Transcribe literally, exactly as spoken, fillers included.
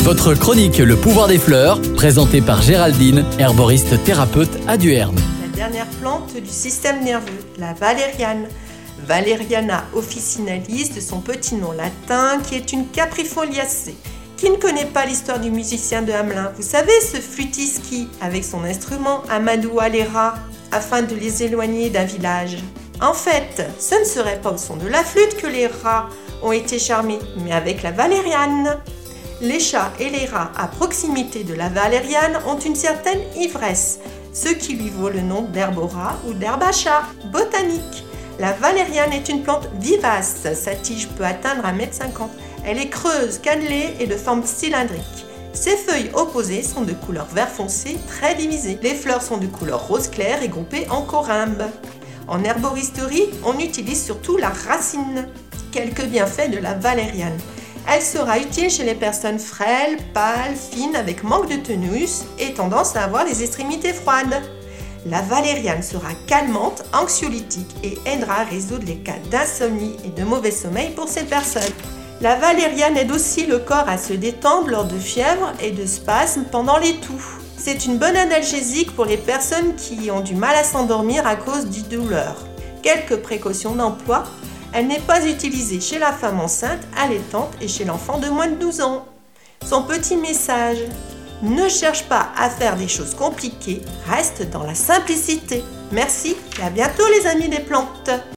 Votre chronique Le pouvoir des fleurs, présentée par Géraldine, herboriste thérapeute à Duerne. La dernière plante du système nerveux, la valériane. Valeriana officinalis de son petit nom latin qui est une caprifoliacée. Qui ne connaît pas l'histoire du musicien de Hamelin? Vous savez, ce flûtiste qui, avec son instrument, amadouait les rats afin de les éloigner d'un village. En fait, ce ne serait pas au son de la flûte que les rats ont été charmés, mais avec la valériane. Les chats et les rats à proximité de la valériane ont une certaine ivresse, ce qui lui vaut le nom d'herborat ou d'herbe à chat botanique. La valériane est une plante vivace, sa tige peut atteindre un mètre cinquante. Elle est creuse, cannelée et de forme cylindrique. Ses feuilles opposées sont de couleur vert foncé, très divisées. Les fleurs sont de couleur rose clair et groupées en corymbes. En herboristerie, on utilise surtout la racine. Quelques bienfaits de la valériane. Elle sera utile chez les personnes frêles, pâles, fines, avec manque de tonus et tendance à avoir les extrémités froides. La valériane sera calmante, anxiolytique et aidera à résoudre les cas d'insomnie et de mauvais sommeil pour ces personnes. La valériane aide aussi le corps à se détendre lors de fièvre et de spasmes pendant les toux. C'est une bonne analgésique pour les personnes qui ont du mal à s'endormir à cause du douleur. Quelques précautions d'emploi. Elle n'est pas utilisée chez la femme enceinte, allaitante et chez l'enfant de moins de douze ans. Son petit message: ne cherche pas à faire des choses compliquées, reste dans la simplicité. Merci et à bientôt les amis des plantes.